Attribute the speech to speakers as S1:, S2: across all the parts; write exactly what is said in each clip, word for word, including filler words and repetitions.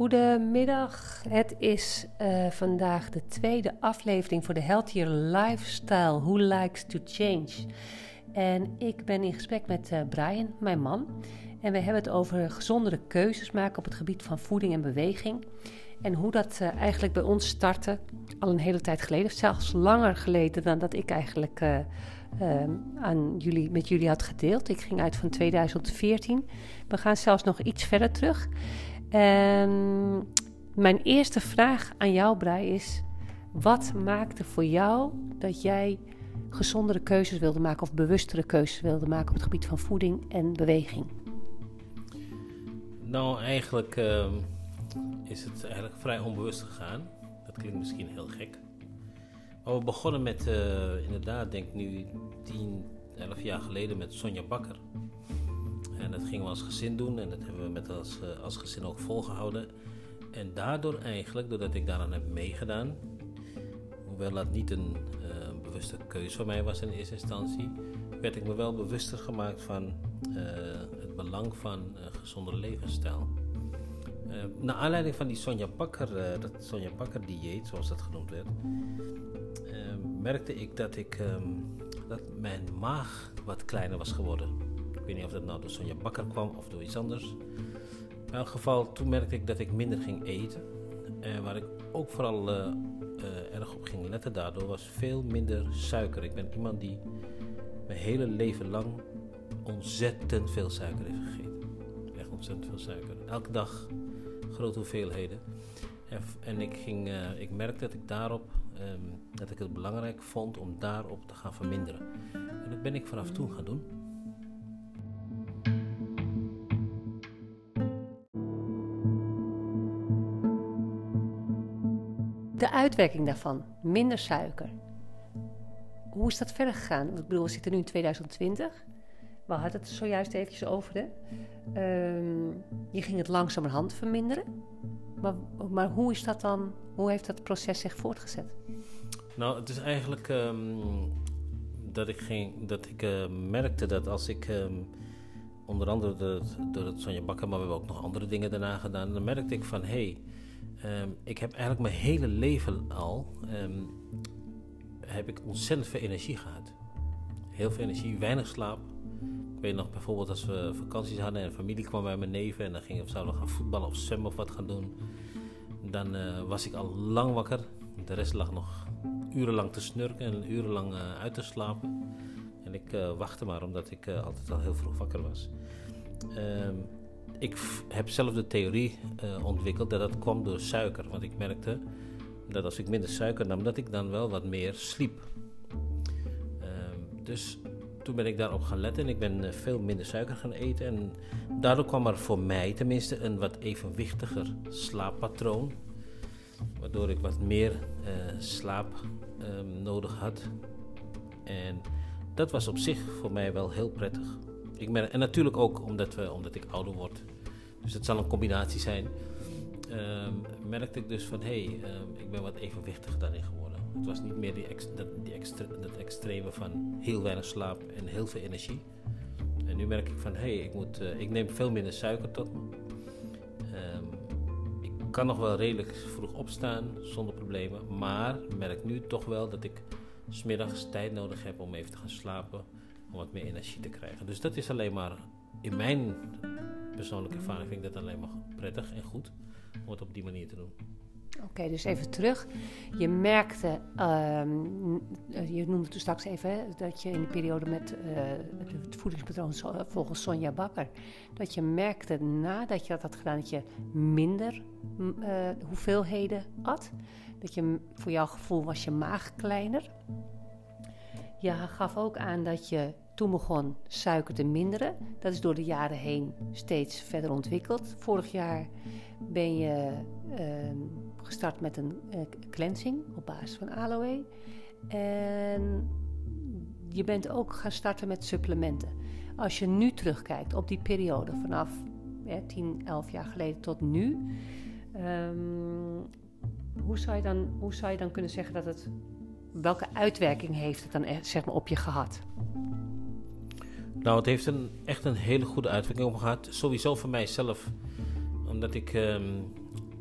S1: Goedemiddag, het is uh, vandaag de tweede aflevering voor de Healthier Lifestyle, Who Likes to Change. En ik ben in gesprek met uh, Brian, mijn man. En we hebben het over gezondere keuzes maken op het gebied van voeding en beweging. En hoe dat uh, eigenlijk bij ons startte, al een hele tijd geleden, zelfs langer geleden dan dat ik eigenlijk uh, uh, aan jullie, met jullie had gedeeld. Ik ging uit van tweeduizend veertien. We gaan zelfs nog iets verder terug. En mijn eerste vraag aan jou, Brei, is: wat maakte voor jou dat jij gezondere keuzes wilde maken of bewustere keuzes wilde maken op het gebied van voeding en beweging?
S2: Nou, eigenlijk uh, is het eigenlijk vrij onbewust gegaan. Dat klinkt misschien heel gek. Maar we begonnen met, uh, inderdaad, denk ik nu tien, elf jaar geleden met Sonja Bakker. En dat gingen we als gezin doen en dat hebben we met als, uh, als gezin ook volgehouden. En daardoor eigenlijk, doordat ik daaraan heb meegedaan, hoewel dat niet een uh, bewuste keuze voor mij was in eerste instantie, werd ik me wel bewuster gemaakt van uh, het belang van een gezonde levensstijl. Uh, naar aanleiding van die Sonja Bakker, uh, dat Sonja Bakker dieet, zoals dat genoemd werd, uh, merkte ik dat, ik um, dat mijn maag wat kleiner was geworden. Ik weet niet of dat nou door Sonja Bakker kwam of door iets anders. In elk geval, toen merkte ik dat ik minder ging eten. En waar ik ook vooral uh, uh, erg op ging letten daardoor was veel minder suiker. Ik ben iemand die mijn hele leven lang ontzettend veel suiker heeft gegeten. Echt ontzettend veel suiker. Elke dag grote hoeveelheden. En, en ik, ging, uh, ik merkte dat ik daarop, um, dat ik het belangrijk vond om daarop te gaan verminderen. En dat ben ik vanaf toen gaan doen.
S1: De uitwerking daarvan, minder suiker. Hoe is dat verder gegaan? Ik bedoel, we zitten nu in tweeduizend twintig. We hadden het zojuist eventjes over. Hè? Um, je ging het langzamerhand verminderen. Maar, maar hoe is dat dan? Hoe heeft dat proces zich voortgezet?
S2: Nou, het is eigenlijk um, dat ik, ging, dat ik uh, merkte dat als ik, um, onder andere door, door het Sonja Bakker, maar we hebben ook nog andere dingen daarna gedaan. Dan merkte ik van, hé, hey, Um, ik heb eigenlijk mijn hele leven al, um, heb ik ontzettend veel energie gehad. Heel veel energie, weinig slaap. Ik weet nog bijvoorbeeld als we vakanties hadden en de familie kwam bij mijn neven en dan gingen we, zouden we gaan voetballen of zwemmen of wat gaan doen. Dan uh, was ik al lang wakker. De rest lag nog urenlang te snurken en urenlang uh, uit te slapen. En ik uh, wachtte maar omdat ik uh, altijd al heel vroeg wakker was. Um, Ik f- heb zelf de theorie uh, ontwikkeld dat dat kwam door suiker. Want ik merkte dat als ik minder suiker nam, dat ik dan wel wat meer sliep. Uh, dus toen ben ik daarop gaan letten en ik ben uh, veel minder suiker gaan eten. En daardoor kwam er voor mij tenminste een wat evenwichtiger slaappatroon. Waardoor ik wat meer uh, slaap uh, nodig had. En dat was op zich voor mij wel heel prettig. Ik merk, en natuurlijk ook omdat, we, omdat ik ouder word. Dus het zal een combinatie zijn. Um, merkte ik dus van, hé, hey, um, ik ben wat evenwichtiger daarin geworden. Het was niet meer die ex, dat, die extre, dat extreme van heel weinig slaap en heel veel energie. En nu merk ik van, hé, hey, ik, moet, uh, ik neem veel minder suiker tot me. Um, ik kan nog wel redelijk vroeg opstaan, zonder problemen. Maar merk nu toch wel dat ik 's middags tijd nodig heb om even te gaan slapen. Om wat meer energie te krijgen. Dus dat is alleen maar, in mijn persoonlijke ervaring vind ik dat alleen maar prettig en goed om het op die manier te doen.
S1: Oké, okay, dus even terug. Je merkte, um, je noemde toen straks even, hè, dat je in de periode met uh, het voedingspatroon volgens Sonja Bakker, dat je merkte nadat je dat had gedaan, dat je minder uh, hoeveelheden at. Dat je, voor jouw gevoel was je maag kleiner. Je gaf ook aan dat je toen begon suiker te minderen. Dat is door de jaren heen steeds verder ontwikkeld. Vorig jaar ben je uh, gestart met een uh, cleansing op basis van aloe. En je bent ook gaan starten met supplementen. Als je nu terugkijkt op die periode vanaf ja, tien, elf jaar geleden tot nu. Um, hoe, zou je dan, hoe zou je dan kunnen zeggen dat het... Welke uitwerking heeft het dan echt, zeg maar, op je gehad?
S2: Nou, het heeft een, echt een hele goede uitwerking op me gehad. Sowieso voor mijzelf. Omdat ik um,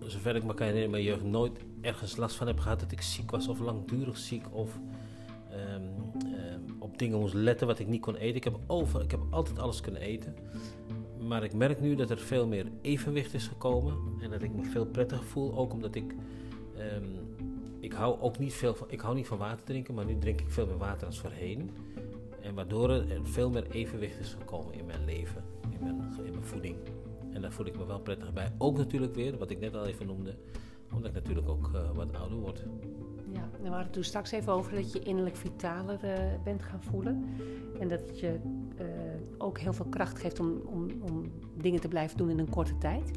S2: zover ik me kan herinneren, in mijn jeugd nooit ergens last van heb gehad dat ik ziek was of langdurig ziek of um, um, op dingen moest letten wat ik niet kon eten. Ik heb, over, ik heb altijd alles kunnen eten. Maar ik merk nu dat er veel meer evenwicht is gekomen en dat ik me veel prettiger voel. Ook omdat ik, um, ik hou ook niet veel van, ik hou niet van water drinken, maar nu drink ik veel meer water dan voorheen. En waardoor er veel meer evenwicht is gekomen in mijn leven, in mijn, in mijn voeding. En daar voel ik me wel prettig bij. Ook natuurlijk weer, wat ik net al even noemde, omdat ik natuurlijk ook uh, wat ouder word.
S1: Ja, we hadden het toen straks even over dat je innerlijk vitaler uh, bent gaan voelen. En dat het je uh, ook heel veel kracht geeft om, om, om dingen te blijven doen in een korte tijd.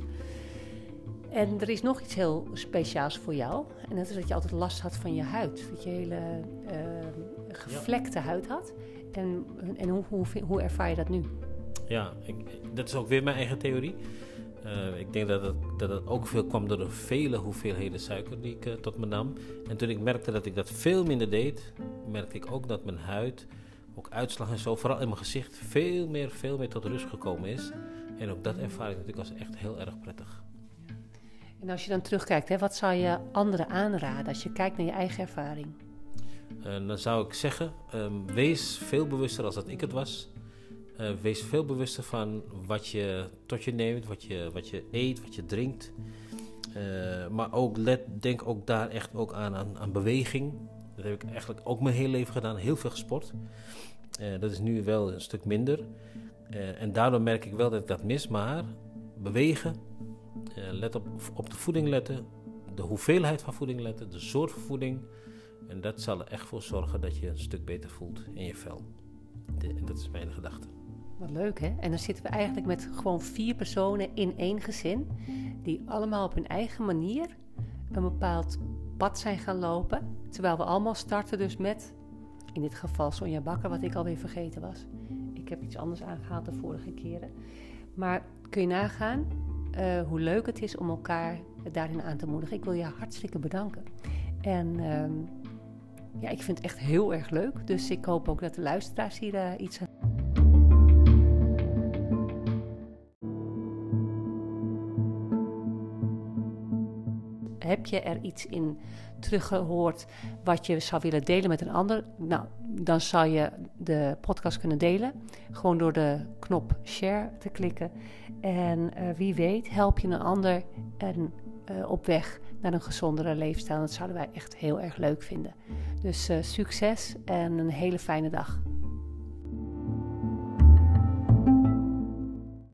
S1: En er is nog iets heel speciaals voor jou. En dat is dat je altijd last had van je huid. Dat je hele uh, gevlekte ja. huid had. En, en hoe, hoe, hoe ervaar je dat nu?
S2: Ja, ik, dat is ook weer mijn eigen theorie. Uh, ik denk dat het, dat het ook veel kwam door de vele hoeveelheden suiker die ik uh, tot me nam. En toen ik merkte dat ik dat veel minder deed, merkte ik ook dat mijn huid, ook uitslag en zo, vooral in mijn gezicht, veel meer, veel meer tot rust gekomen is. En ook dat ervaar ik natuurlijk als echt heel erg prettig.
S1: En als je dan terugkijkt, hè, wat zou je anderen aanraden als je kijkt naar je eigen ervaring?
S2: Uh, dan zou ik zeggen, um, wees veel bewuster als dat ik het was. Uh, wees veel bewuster van wat je tot je neemt, wat je, wat je eet, wat je drinkt. Uh, maar ook let, denk ook daar echt ook aan, aan, aan beweging. Dat heb ik eigenlijk ook mijn hele leven gedaan, heel veel gesport. Uh, dat is nu wel een stuk minder. Uh, en daardoor merk ik wel dat ik dat mis, maar bewegen, uh, let op, op de voeding letten, de hoeveelheid van voeding letten, de soort van voeding. En dat zal er echt voor zorgen dat je een stuk beter voelt in je vel. De, en dat is mijn gedachte.
S1: Wat leuk, hè? En dan zitten we eigenlijk met gewoon vier personen in één gezin, die allemaal op hun eigen manier een bepaald pad zijn gaan lopen. Terwijl we allemaal starten dus met, in dit geval Sonja Bakker, wat ik alweer vergeten was. Ik heb iets anders aangehaald de vorige keren. Maar kun je nagaan uh, hoe leuk het is om elkaar daarin aan te moedigen. Ik wil je hartstikke bedanken. En uh, ja, ik vind het echt heel erg leuk. Dus ik hoop ook dat de luisteraars hier uh, iets aan. Heb je er iets in teruggehoord wat je zou willen delen met een ander? Nou, dan zou je de podcast kunnen delen. Gewoon door de knop share te klikken. En uh, wie weet help je een ander en, uh, op weg naar een gezondere leefstijl. Dat zouden wij echt heel erg leuk vinden. Dus uh, succes en een hele fijne dag.